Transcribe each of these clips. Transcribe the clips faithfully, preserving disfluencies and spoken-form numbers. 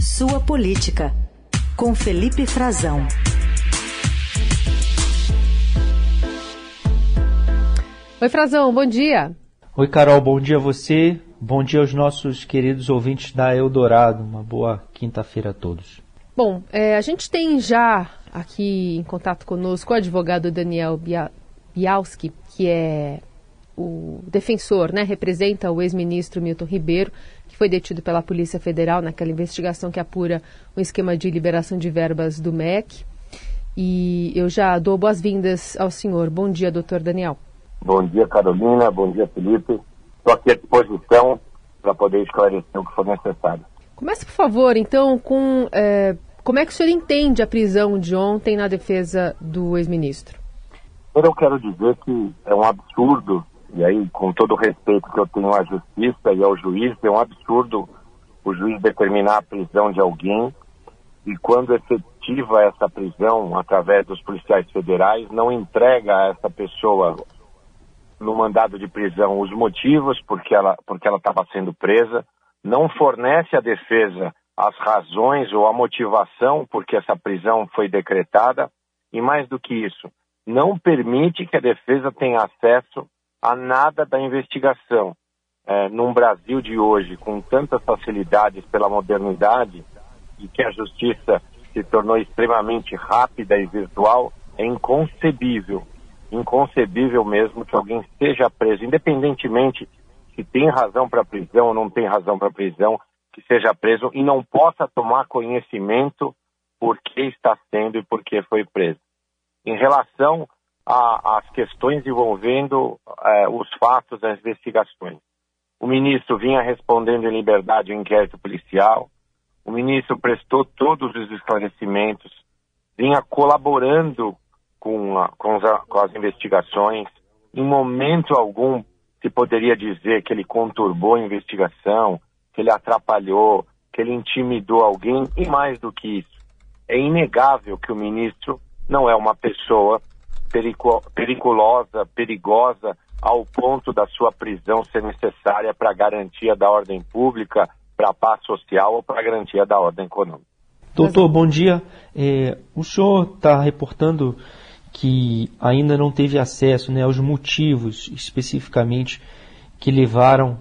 Sua Política, com Felipe Frazão. Oi, Frazão, bom dia. Oi, Carol, bom dia a você. Bom dia aos nossos queridos ouvintes da Eldorado. Uma boa quinta-feira a todos. Bom, é, a gente tem já aqui em contato conosco o advogado Daniel Bialski, que é o defensor, né, representa o ex-ministro Milton Ribeiro, que foi detido pela Polícia Federal naquela investigação que apura o esquema de liberação de verbas do M E C. E eu já dou boas-vindas ao senhor. Bom dia, doutor Daniel. Bom dia, Carolina. Bom dia, Felipe. Estou aqui à disposição para poder esclarecer o que for necessário. Comece, por favor, então, com é, como é que o senhor entende a prisão de ontem na defesa do ex-ministro? Eu quero dizer que é um absurdo, e aí, com todo o respeito que eu tenho à justiça e ao juiz, é um absurdo o juiz determinar a prisão de alguém e, quando efetiva essa prisão através dos policiais federais, não entrega a essa pessoa no mandado de prisão os motivos porque ela porque ela estava sendo presa, não fornece à defesa as razões ou a motivação porque essa prisão foi decretada e, mais do que isso, não permite que a defesa tenha acesso a nada da investigação. É, num Brasil de hoje, com tantas facilidades pela modernidade e que a justiça se tornou extremamente rápida e virtual, é inconcebível, inconcebível mesmo que alguém seja preso, independentemente se tem razão para prisão ou não tem razão para prisão, que seja preso e não possa tomar conhecimento por que está sendo e por que foi preso. Em relação às questões envolvendo eh, os fatos, as investigações, o ministro vinha respondendo em liberdade ao inquérito policial, o ministro prestou todos os esclarecimentos, vinha colaborando com, a, com, as, com as investigações. Em momento algum se poderia dizer que ele conturbou a investigação, que ele atrapalhou, que ele intimidou alguém, e mais do que isso, é inegável que o ministro não é uma pessoa perico- periculosa, perigosa, ao ponto da sua prisão ser necessária para a garantia da ordem pública, para a paz social ou para a garantia da ordem econômica. Doutor, bom dia. É, o senhor está reportando que ainda não teve acesso, né, aos motivos especificamente que levaram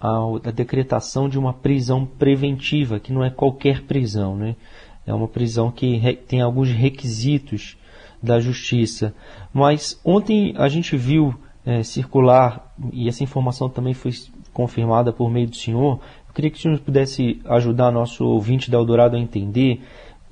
à decretação de uma prisão preventiva, que não é qualquer prisão, né? É uma prisão que re- tem alguns requisitos da justiça. Mas ontem a gente viu é, circular, e essa informação também foi confirmada por meio do senhor. Eu queria que o senhor pudesse ajudar nosso ouvinte da Eldorado a entender.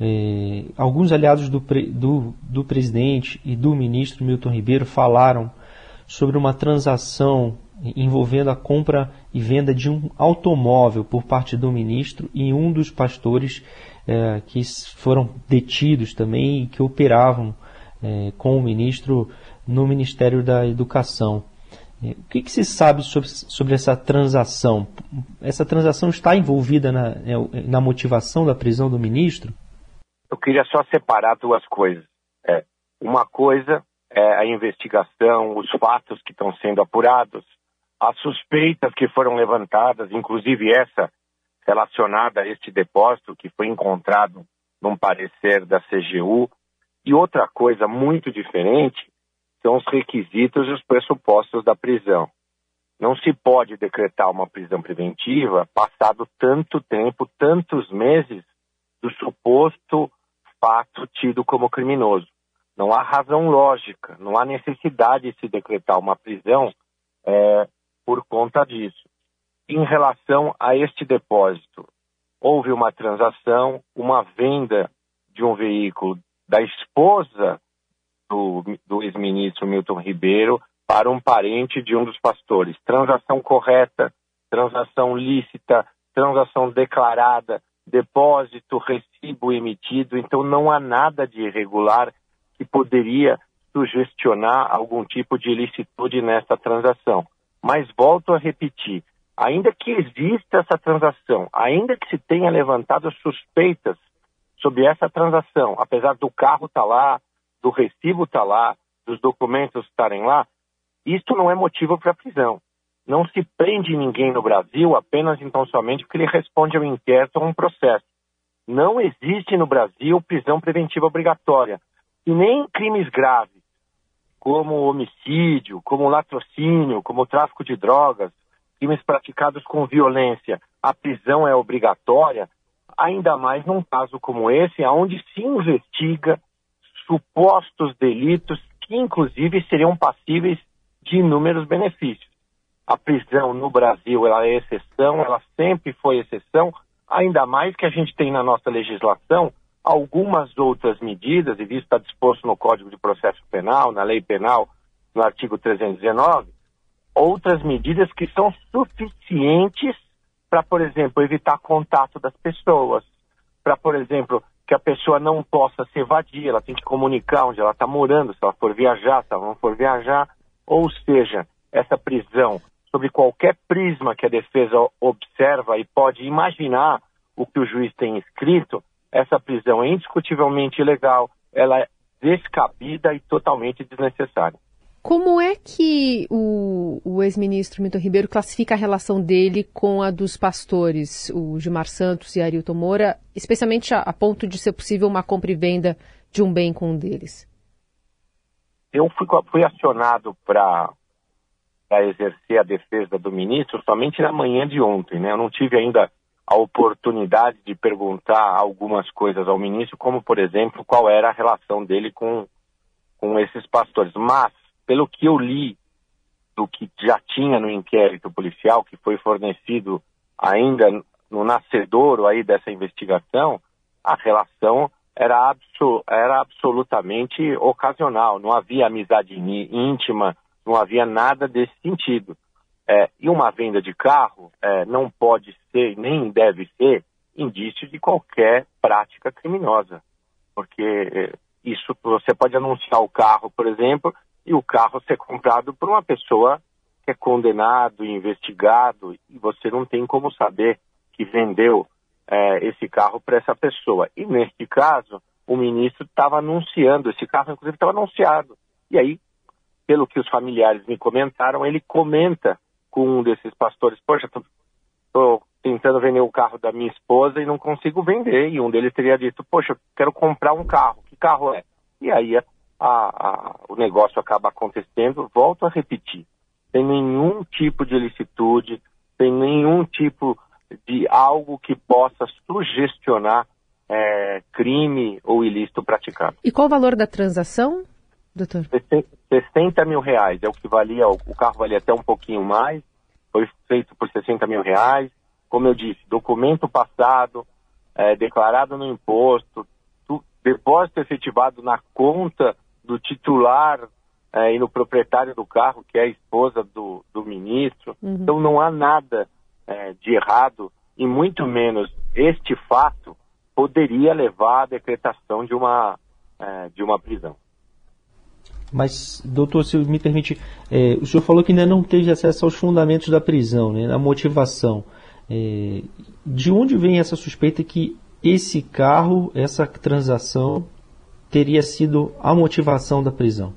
É, alguns aliados do, pre, do, do presidente e do ministro Milton Ribeiro falaram sobre uma transação envolvendo a compra e venda de um automóvel por parte do ministro e um dos pastores é, que foram detidos também e que operavam é, com o ministro no Ministério da Educação. É, o que, que se sabe sobre, sobre essa transação? Essa transação está envolvida na, na motivação da prisão do ministro? Eu queria só separar duas coisas. É, uma coisa é a investigação, os fatos que estão sendo apurados, as suspeitas que foram levantadas, inclusive essa relacionada a este depósito que foi encontrado num parecer da C G U. E outra coisa muito diferente são os requisitos e os pressupostos da prisão. Não se pode decretar uma prisão preventiva passado tanto tempo, tantos meses do suposto fato tido como criminoso. Não há razão lógica, não há necessidade de se decretar uma prisão é, por conta disso. Em relação a este depósito, houve uma transação, uma venda de um veículo da esposa do, do ex-ministro Milton Ribeiro para um parente de um dos pastores. Transação correta, transação lícita, transação declarada, depósito, recibo emitido, então não há nada de irregular que poderia sugestionar algum tipo de ilicitude nessa transação. Mas volto a repetir, ainda que exista essa transação, ainda que se tenha levantado suspeitas sobre essa transação, apesar do carro estar lá, do recibo estar lá, dos documentos estarem lá, isto não é motivo para prisão. Não se prende ninguém no Brasil apenas então somente porque ele responde ao inquérito ou a um processo. Não existe no Brasil prisão preventiva obrigatória. E nem crimes graves, como homicídio, como latrocínio, como tráfico de drogas, crimes praticados com violência, a prisão é obrigatória, ainda mais num caso como esse, onde se investiga supostos delitos que, inclusive, seriam passíveis de inúmeros benefícios. A prisão no Brasil ela é exceção, ela sempre foi exceção, ainda mais que a gente tem na nossa legislação algumas outras medidas, e isso está disposto no Código de Processo Penal, na Lei Penal, no artigo trezentos e dezenove, outras medidas que são suficientes para, por exemplo, evitar contato das pessoas, para, por exemplo, que a pessoa não possa se evadir, ela tem que comunicar onde ela está morando, se ela for viajar, se ela não for viajar, ou seja, essa prisão, sobre qualquer prisma que a defesa observa e pode imaginar o que o juiz tem escrito, essa prisão é indiscutivelmente ilegal, ela é descabida e totalmente desnecessária. Como é que o, o ex-ministro Milton Ribeiro classifica a relação dele com a dos pastores, o Gilmar Santos e Arilton Moura, especialmente a, a ponto de ser possível uma compra e venda de um bem com um deles? Eu fui, fui acionado para exercer a defesa do ministro somente na manhã de ontem, né? Eu não tive ainda a oportunidade de perguntar algumas coisas ao ministro, como, por exemplo, qual era a relação dele com, com esses pastores. Mas, pelo que eu li do que já tinha no inquérito policial, que foi fornecido ainda no nascedouro aí dessa investigação, a relação era, abso- era absolutamente ocasional, não havia amizade íntima, não havia nada desse sentido. É, e uma venda de carro é, não pode ser, nem deve ser, indício de qualquer prática criminosa. Porque é, isso, você pode anunciar o carro, por exemplo, e o carro ser comprado por uma pessoa que é condenado, investigado, e você não tem como saber que vendeu é, esse carro para essa pessoa. E neste caso, o ministro estava anunciando, esse carro inclusive estava anunciado. E aí, pelo que os familiares me comentaram, ele comenta com um desses pastores, poxa, estou tentando vender o carro da minha esposa e não consigo vender. E um deles teria dito, poxa, eu quero comprar um carro. Que carro é? E aí a, a, o negócio acaba acontecendo. Volto a repetir, sem nenhum tipo de ilicitude, sem nenhum tipo de algo que possa sugestionar é, crime ou ilícito praticado. E qual o valor da transação, doutor? sessenta mil reais, é o que valia, o carro valia até um pouquinho mais, foi feito por sessenta mil reais, como eu disse, documento passado, é, declarado no imposto, tu, depósito efetivado na conta do titular é, e no proprietário do carro, que é a esposa do, do ministro. Uhum. Então não há nada é, de errado, e muito menos este fato poderia levar à decretação de uma, é, de uma prisão. Mas, doutor, se me permite, é, o senhor falou que ainda não teve acesso aos fundamentos da prisão, né, a motivação. É, de onde vem essa suspeita que esse carro, essa transação, teria sido a motivação da prisão?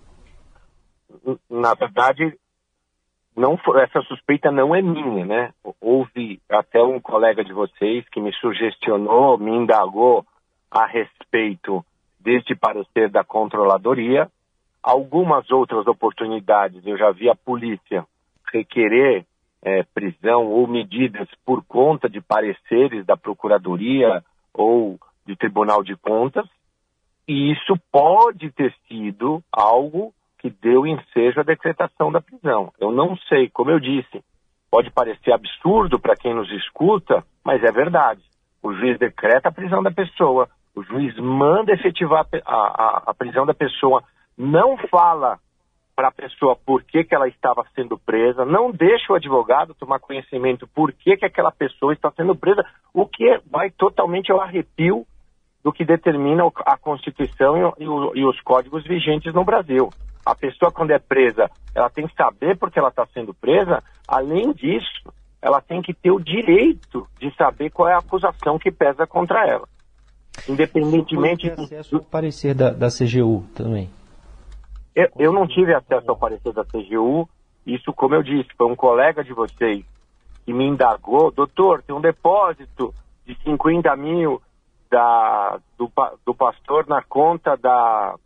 Na verdade, não foi, essa suspeita não é minha, né? Houve até um colega de vocês que me sugestionou, me indagou a respeito deste parecer da controladoria. Algumas outras oportunidades eu já vi a polícia requerer é, prisão ou medidas por conta de pareceres da Procuradoria ou de Tribunal de Contas, e isso pode ter sido algo que deu ensejo à decretação da prisão. Eu não sei, como eu disse, pode parecer absurdo para quem nos escuta, mas é verdade. O juiz decreta a prisão da pessoa, o juiz manda efetivar a, a, a prisão da pessoa, não fala para a pessoa por que, que ela estava sendo presa, não deixa o advogado tomar conhecimento por que, que aquela pessoa está sendo presa, o que vai totalmente ao arrepio do que determina a Constituição e, o, e os códigos vigentes no Brasil. A pessoa, quando é presa, ela tem que saber por que ela está sendo presa. Além disso, ela tem que ter o direito de saber qual é a acusação que pesa contra ela. Independentemente... Você tem acesso ao parecer da, da C G U também? Eu, eu não tive acesso ao parecer da C G U. Isso, como eu disse, foi um colega de vocês que me indagou. Doutor, tem um depósito de cinquenta mil da, do, do pastor na conta da,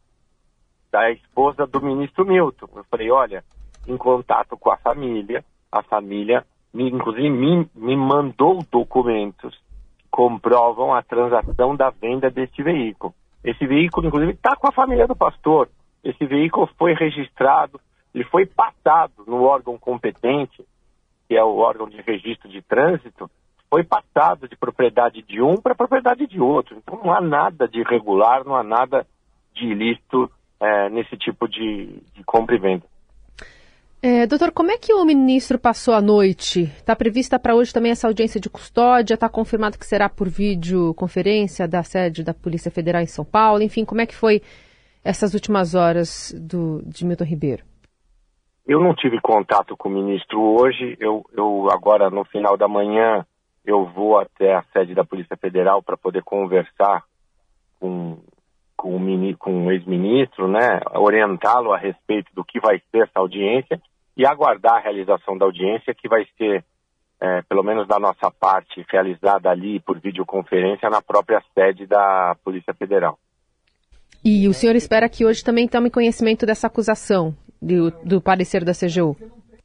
da esposa do ministro Milton. Eu falei, olha, em contato com a família, a família, me, inclusive, me, me mandou documentos que comprovam a transação da venda deste veículo. Esse veículo, inclusive, está com a família do pastor. Esse veículo foi registrado, ele foi passado no órgão competente, que é o órgão de registro de trânsito, foi passado de propriedade de um para propriedade de outro. Então não há nada de irregular, não há nada de ilícito é, nesse tipo de, de compra e venda. É, doutor, como é que o ministro passou a noite? Está prevista para hoje também essa audiência de custódia? Está confirmado que será por videoconferência da sede da Polícia Federal em São Paulo? Enfim, como é que foi essas últimas horas do, de Milton Ribeiro? Eu não tive contato com o ministro hoje. Eu, eu agora, no final da manhã, eu vou até a sede da Polícia Federal para poder conversar com, com, o, com o ex-ministro, né? Orientá-lo a respeito do que vai ser essa audiência e aguardar a realização da audiência, que vai ser, é, pelo menos da nossa parte, realizada ali por videoconferência na própria sede da Polícia Federal. E o senhor espera que hoje também tome conhecimento dessa acusação do, do parecer da C G U?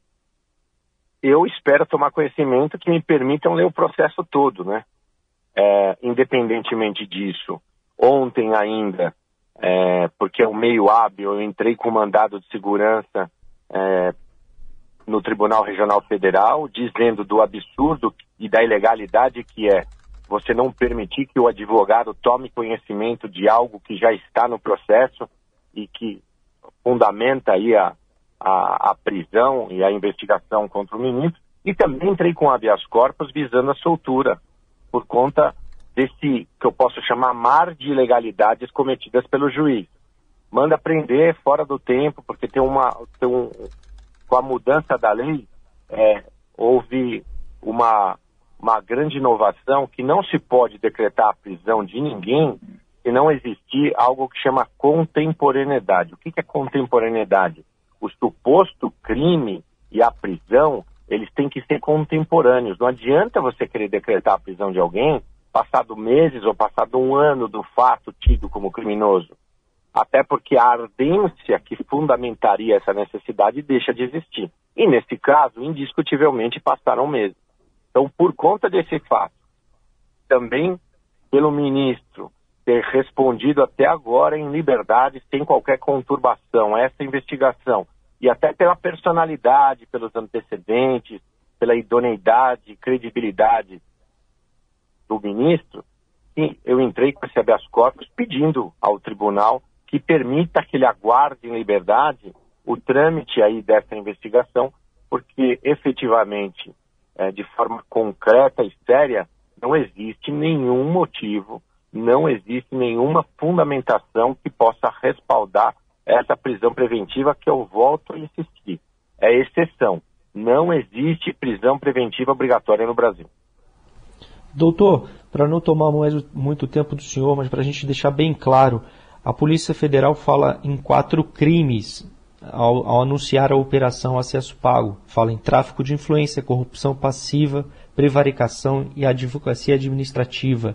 Eu espero tomar conhecimento que me permitam ler o processo todo, né? É, independentemente disso, ontem ainda, é, porque é um meio hábil, eu entrei com mandado de segurança é, no Tribunal Regional Federal, dizendo do absurdo e da ilegalidade que é você não permitir que o advogado tome conhecimento de algo que já está no processo e que fundamenta aí a, a, a prisão e a investigação contra o ministro. E também entrei com habeas corpus visando a soltura, por conta desse, que eu posso chamar, mar de ilegalidades cometidas pelo juiz. Manda prender fora do tempo, porque tem uma, tem um, com a mudança da lei, é, houve uma... uma grande inovação, que não se pode decretar a prisão de ninguém se não existir algo que chama contemporaneidade. O que é contemporaneidade? O suposto crime e a prisão, eles têm que ser contemporâneos. Não adianta você querer decretar a prisão de alguém passado meses ou passado um ano do fato tido como criminoso. Até porque a ardência que fundamentaria essa necessidade deixa de existir. E nesse caso, indiscutivelmente, passaram meses. Então, por conta desse fato, também pelo ministro ter respondido até agora em liberdade, sem qualquer conturbação, a essa investigação, e até pela personalidade, pelos antecedentes, pela idoneidade, credibilidade do ministro, eu entrei com esse habeas corpus pedindo ao tribunal que permita que ele aguarde em liberdade o trâmite aí dessa investigação, porque efetivamente, É, de forma concreta e séria, não existe nenhum motivo, não existe nenhuma fundamentação que possa respaldar essa prisão preventiva, que eu volto a insistir. É exceção. Não existe prisão preventiva obrigatória no Brasil. Doutor, para não tomar mais muito tempo do senhor, mas para a gente deixar bem claro, a Polícia Federal fala em quatro crimes Ao, ao anunciar a operação Acesso Pago. Fala em tráfico de influência, corrupção passiva, prevaricação e advocacia administrativa.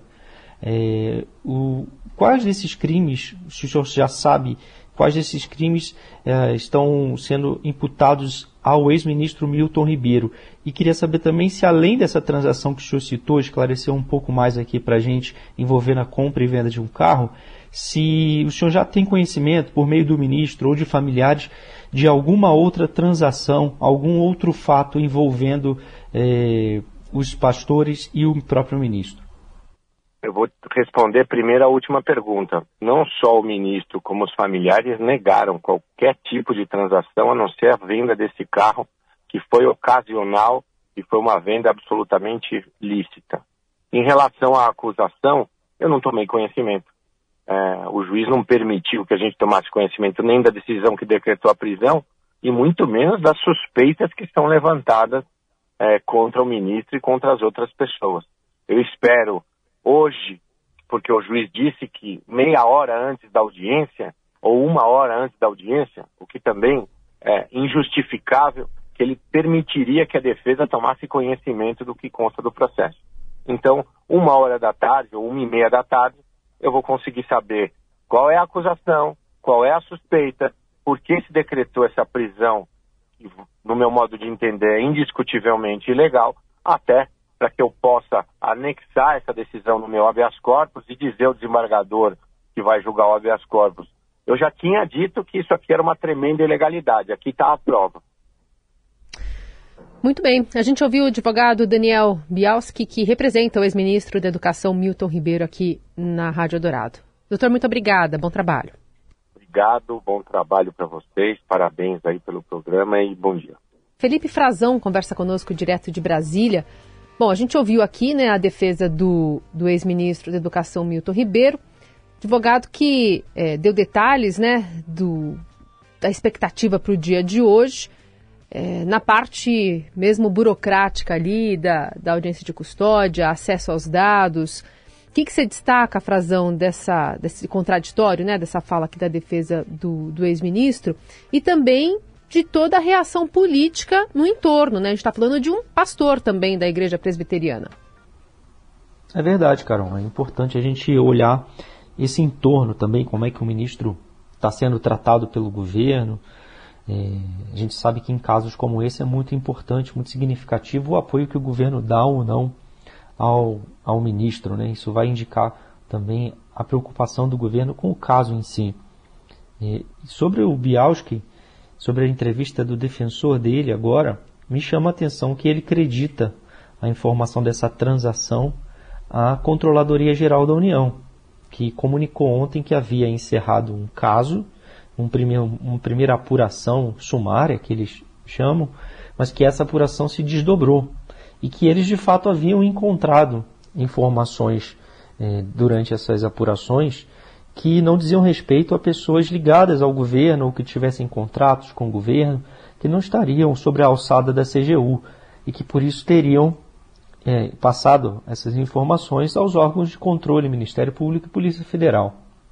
É, o, quais desses crimes, se o senhor já sabe, quais desses crimes é, estão sendo imputados ao ex-ministro Milton Ribeiro? E queria saber também se, além dessa transação que o senhor citou, esclareceu um pouco mais aqui para a gente, envolvendo a compra e venda de um carro, se o senhor já tem conhecimento, por meio do ministro ou de familiares, de alguma outra transação, algum outro fato envolvendo eh, os pastores e o próprio ministro. Eu vou responder primeiro a última pergunta. Não só o ministro, como os familiares negaram qualquer tipo de transação, a não ser a venda desse carro, que foi ocasional e foi uma venda absolutamente lícita. Em relação à acusação, eu não tomei conhecimento. É, o juiz não permitiu que a gente tomasse conhecimento nem da decisão que decretou a prisão e muito menos das suspeitas que estão levantadas é, contra o ministro e contra as outras pessoas. Eu espero hoje, porque o juiz disse que meia hora antes da audiência ou uma hora antes da audiência, o que também é injustificável, que ele permitiria que a defesa tomasse conhecimento do que consta do processo. Então, uma hora da tarde ou uma e meia da tarde, eu vou conseguir saber qual é a acusação, qual é a suspeita, por que se decretou essa prisão, que, no meu modo de entender, é indiscutivelmente ilegal, até para que eu possa anexar essa decisão no meu habeas corpus e dizer ao desembargador que vai julgar o habeas corpus: eu já tinha dito que isso aqui era uma tremenda ilegalidade, aqui está a prova. Muito bem, a gente ouviu o advogado Daniel Bialski, que representa o ex-ministro da Educação Milton Ribeiro aqui na Rádio Eldorado. Doutor, muito obrigada, bom trabalho. Obrigado, bom trabalho para vocês, parabéns aí pelo programa e bom dia. Felipe Frazão conversa conosco direto de Brasília. Bom, a gente ouviu aqui, né, a defesa do, do ex-ministro da Educação Milton Ribeiro, advogado que é, deu detalhes, né, do, da expectativa para o dia de hoje, é, na parte mesmo burocrática ali da, da audiência de custódia, acesso aos dados. O que, que você destaca, Frazão, dessa, desse contraditório, né, dessa fala aqui da defesa do, do ex-ministro, e também de toda a reação política no entorno, né? A gente está falando de um pastor também da Igreja Presbiteriana. É verdade, Carol. É importante a gente olhar esse entorno também, como é que o ministro está sendo tratado pelo governo. É, a gente sabe que em casos como esse é muito importante, muito significativo o apoio que o governo dá ou não ao, ao ministro, né? Isso vai indicar também a preocupação do governo com o caso em si. É, sobre o Bialski, sobre a entrevista do defensor dele agora, me chama a atenção que ele acredita a informação dessa transação à Controladoria Geral da União, que comunicou ontem que havia encerrado um caso, um primeiro, uma primeira apuração sumária, que eles chamam, mas que essa apuração se desdobrou e que eles de fato haviam encontrado informações eh, durante essas apurações que não diziam respeito a pessoas ligadas ao governo ou que tivessem contratos com o governo, que não estariam sobre a alçada da C G U e que por isso teriam é, passado essas informações aos órgãos de controle, Ministério Público e Polícia Federal.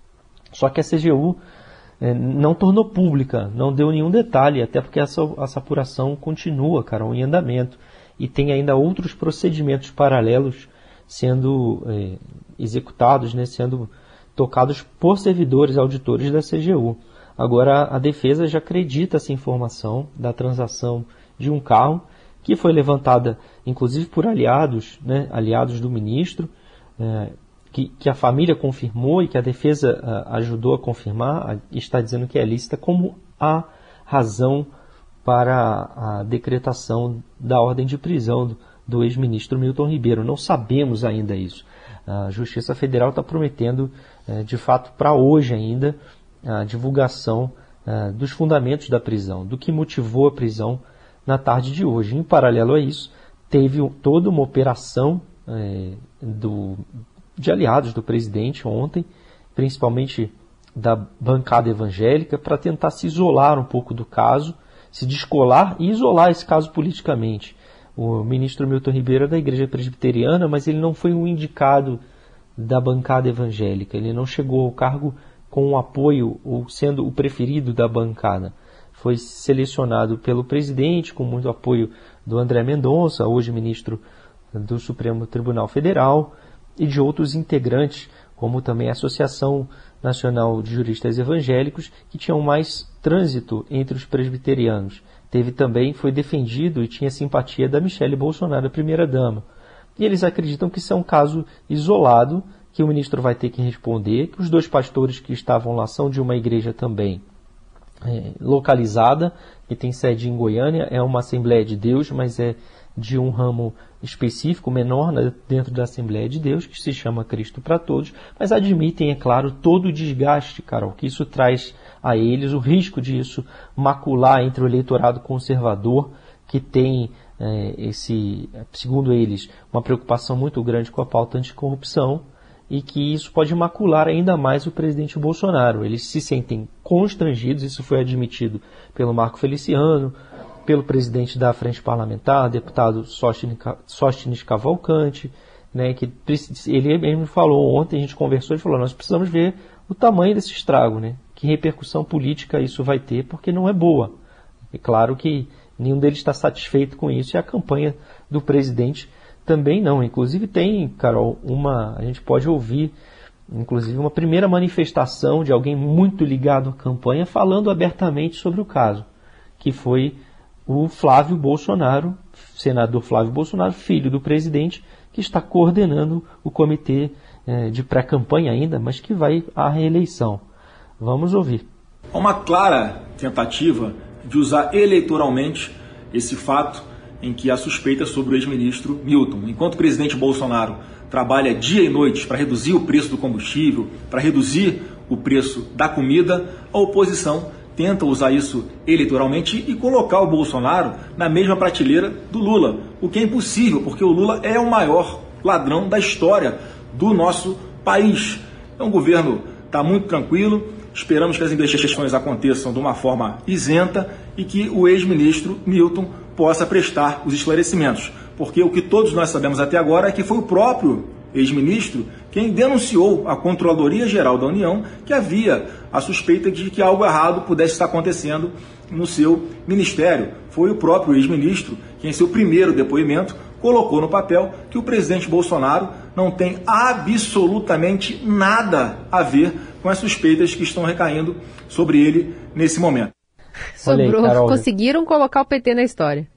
Só que a C G U é, não tornou pública, não deu nenhum detalhe, até porque essa, essa apuração continua, Carol, em andamento, e tem ainda outros procedimentos paralelos sendo é, executados, né, sendo tocados por servidores auditores da C G U. Agora, a defesa já acredita essa informação da transação de um carro, que foi levantada, inclusive, por aliados, né, aliados do ministro, é, que, que a família confirmou e que a defesa a, ajudou a confirmar, a, está dizendo que é lícita, como a razão para a decretação da ordem de prisão do, do ex-ministro Milton Ribeiro. Não sabemos ainda isso. A Justiça Federal está prometendo, de fato, para hoje ainda, a divulgação dos fundamentos da prisão, do que motivou a prisão na tarde de hoje. Em paralelo a isso, teve toda uma operação do, de aliados do presidente ontem, principalmente da bancada evangélica, para tentar se isolar um pouco do caso, se descolar e isolar esse caso politicamente. O ministro Milton Ribeiro é da Igreja Presbiteriana, mas ele não foi um indicado da bancada evangélica. Ele não chegou ao cargo com o apoio ou sendo o preferido da bancada. Foi selecionado pelo presidente, com muito apoio do André Mendonça, hoje ministro do Supremo Tribunal Federal, e de outros integrantes, como também a Associação Nacional de Juristas Evangélicos, que tinham mais trânsito entre os presbiterianos. Teve também, foi defendido e tinha simpatia da Michele Bolsonaro, a primeira-dama. E eles acreditam que isso é um caso isolado, que o ministro vai ter que responder, que os dois pastores que estavam lá são de uma igreja também é, localizada, que tem sede em Goiânia, é uma Assembleia de Deus, mas é de um ramo específico, menor, né, dentro da Assembleia de Deus, que se chama Cristo para Todos, mas admitem, é claro, todo o desgaste, Carol, que isso traz a eles, o risco disso macular entre o eleitorado conservador, que tem, é, esse, segundo eles, uma preocupação muito grande com a pauta anticorrupção, e que isso pode macular ainda mais o presidente Bolsonaro. Eles se sentem constrangidos, isso foi admitido pelo Marco Feliciano, pelo presidente da Frente Parlamentar, deputado Sóstenes Cavalcante, né, que ele mesmo falou ontem, a gente conversou e falou, nós precisamos ver o tamanho desse estrago, né, que repercussão política isso vai ter, porque não é boa. É claro que nenhum deles está satisfeito com isso e a campanha do presidente também não. Inclusive tem, Carol, uma, a gente pode ouvir, inclusive, uma primeira manifestação de alguém muito ligado à campanha falando abertamente sobre o caso, que foi o Flávio Bolsonaro, senador Flávio Bolsonaro, filho do presidente, que está coordenando o comitê eh, de pré-campanha ainda, mas que vai à reeleição. Vamos ouvir. Há uma clara tentativa de usar eleitoralmente esse fato em que há suspeita sobre o ex-ministro Milton. Enquanto o presidente Bolsonaro trabalha dia e noite para reduzir o preço do combustível, para reduzir o preço da comida, a oposição tenta usar isso eleitoralmente e colocar o Bolsonaro na mesma prateleira do Lula, o que é impossível, porque o Lula é o maior ladrão da história do nosso país. Então o governo está muito tranquilo, esperamos que as investigações aconteçam de uma forma isenta e que o ex-ministro Milton possa prestar os esclarecimentos, porque o que todos nós sabemos até agora é que foi o próprio ex-ministro quem denunciou à Controladoria Geral da União que havia a suspeita de que algo errado pudesse estar acontecendo no seu ministério. Foi o próprio ex-ministro quem, em seu primeiro depoimento, colocou no papel que o presidente Bolsonaro não tem absolutamente nada a ver com as suspeitas que estão recaindo sobre ele nesse momento. Sobrou, aí, Carol, conseguiram colocar o P T na história.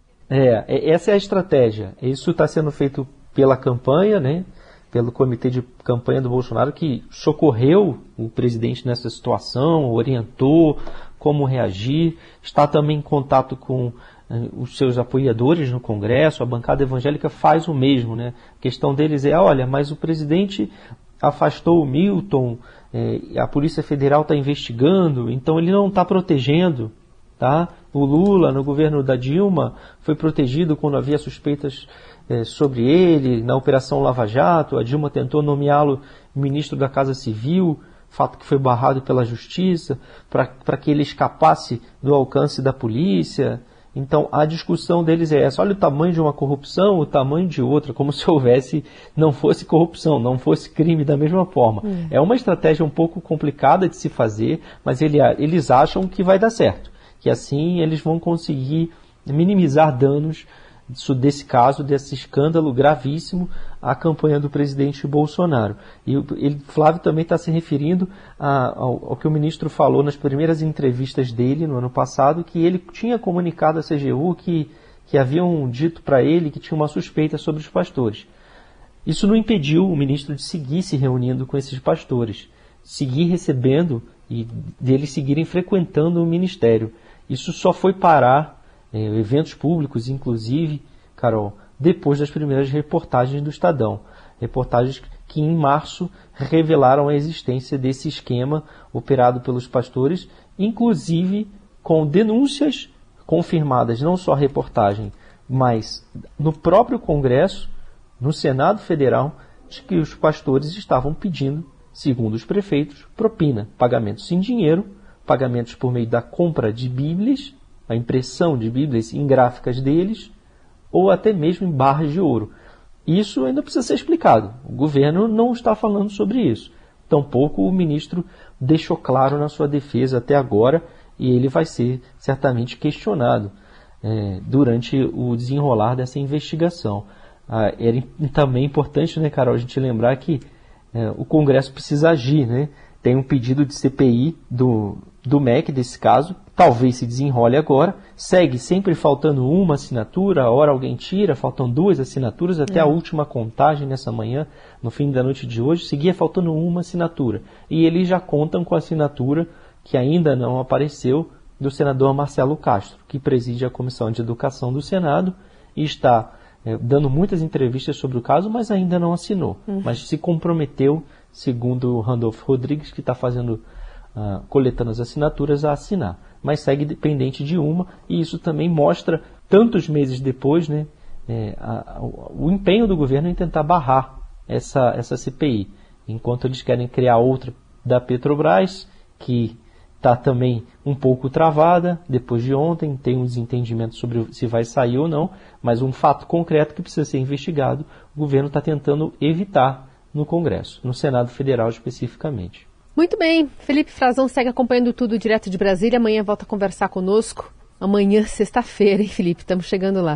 É, essa é a estratégia. Isso está sendo feito pela campanha, né? Pelo comitê de campanha do Bolsonaro, que socorreu o presidente nessa situação, orientou como reagir, está também em contato com eh, os seus apoiadores no Congresso, a bancada evangélica faz o mesmo, né? A questão deles é, olha, mas o presidente afastou o Milton, eh, a Polícia Federal está investigando, então ele não está protegendo, tá? O Lula, no governo da Dilma, foi protegido quando havia suspeitas É, sobre ele, na Operação Lava Jato. A Dilma tentou nomeá-lo ministro da Casa Civil, fato que foi barrado pela Justiça, para que ele escapasse do alcance da polícia. Então a discussão deles é essa, olha o tamanho de uma corrupção, o tamanho de outra, como se houvesse, não fosse corrupção, não fosse crime da mesma forma. Hum. É uma estratégia um pouco complicada de se fazer, mas ele, eles acham que vai dar certo, que assim eles vão conseguir minimizar danos desse caso, desse escândalo gravíssimo à campanha do presidente Bolsonaro. E ele, Flávio também está se referindo a, ao, ao que o ministro falou nas primeiras entrevistas dele no ano passado, que ele tinha comunicado à C G U que, que haviam dito para ele que tinha uma suspeita sobre os pastores. Isso não impediu o ministro de seguir se reunindo com esses pastores, seguir recebendo e deles seguirem frequentando o ministério. Isso só foi parar É, eventos públicos, inclusive, Carol, depois das primeiras reportagens do Estadão. Reportagens que em março revelaram a existência desse esquema operado pelos pastores, inclusive com denúncias confirmadas, não só a reportagem, mas no próprio Congresso, no Senado Federal, de que os pastores estavam pedindo, segundo os prefeitos, propina, pagamentos em dinheiro, pagamentos por meio da compra de Bíblias, a impressão de Bíblias em gráficas deles, ou até mesmo em barras de ouro. Isso ainda precisa ser explicado. O governo não está falando sobre isso. Tampouco o ministro deixou claro na sua defesa até agora, e ele vai ser certamente questionado é, durante o desenrolar dessa investigação. Ah, era também importante, né, Carol, a gente lembrar que é, o Congresso precisa agir, né? Tem um pedido de C P I do, do M E C desse caso, talvez se desenrole agora, segue sempre faltando uma assinatura, a hora alguém tira, faltam duas assinaturas, até é. a última contagem nessa manhã, no fim da noite de hoje, seguia faltando uma assinatura. E eles já contam com a assinatura, que ainda não apareceu, do senador Marcelo Castro, que preside a Comissão de Educação do Senado e está é, dando muitas entrevistas sobre o caso, mas ainda não assinou. Uhum. Mas se comprometeu, segundo o Randolfo Rodrigues, que está fazendo, uh, coletando as assinaturas, a assinar. Mas segue dependente de uma, e isso também mostra, tantos meses depois, né, é, a, a, o empenho do governo em tentar barrar essa, essa C P I. Enquanto eles querem criar outra da Petrobras, que está também um pouco travada, depois de ontem, tem um desentendimento sobre se vai sair ou não, mas um fato concreto que precisa ser investigado, o governo está tentando evitar no Congresso, no Senado Federal especificamente. Muito bem, Felipe Frazão segue acompanhando tudo direto de Brasília, amanhã volta a conversar conosco, amanhã sexta-feira, hein, Felipe, estamos chegando lá.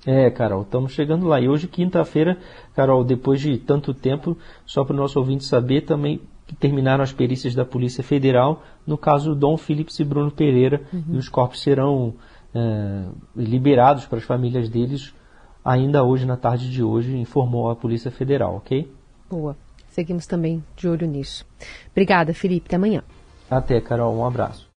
É, Carol, estamos chegando lá. E hoje, quinta-feira, Carol, depois de tanto tempo, só para o nosso ouvinte saber, também terminaram as perícias da Polícia Federal no caso Dom Phillips e Bruno Pereira, uhum. e os corpos serão é, liberados para as famílias deles ainda hoje, na tarde de hoje, informou a Polícia Federal, ok? Boa. Seguimos também de olho nisso. Obrigada, Felipe. Até amanhã. Até, Carol. Um abraço.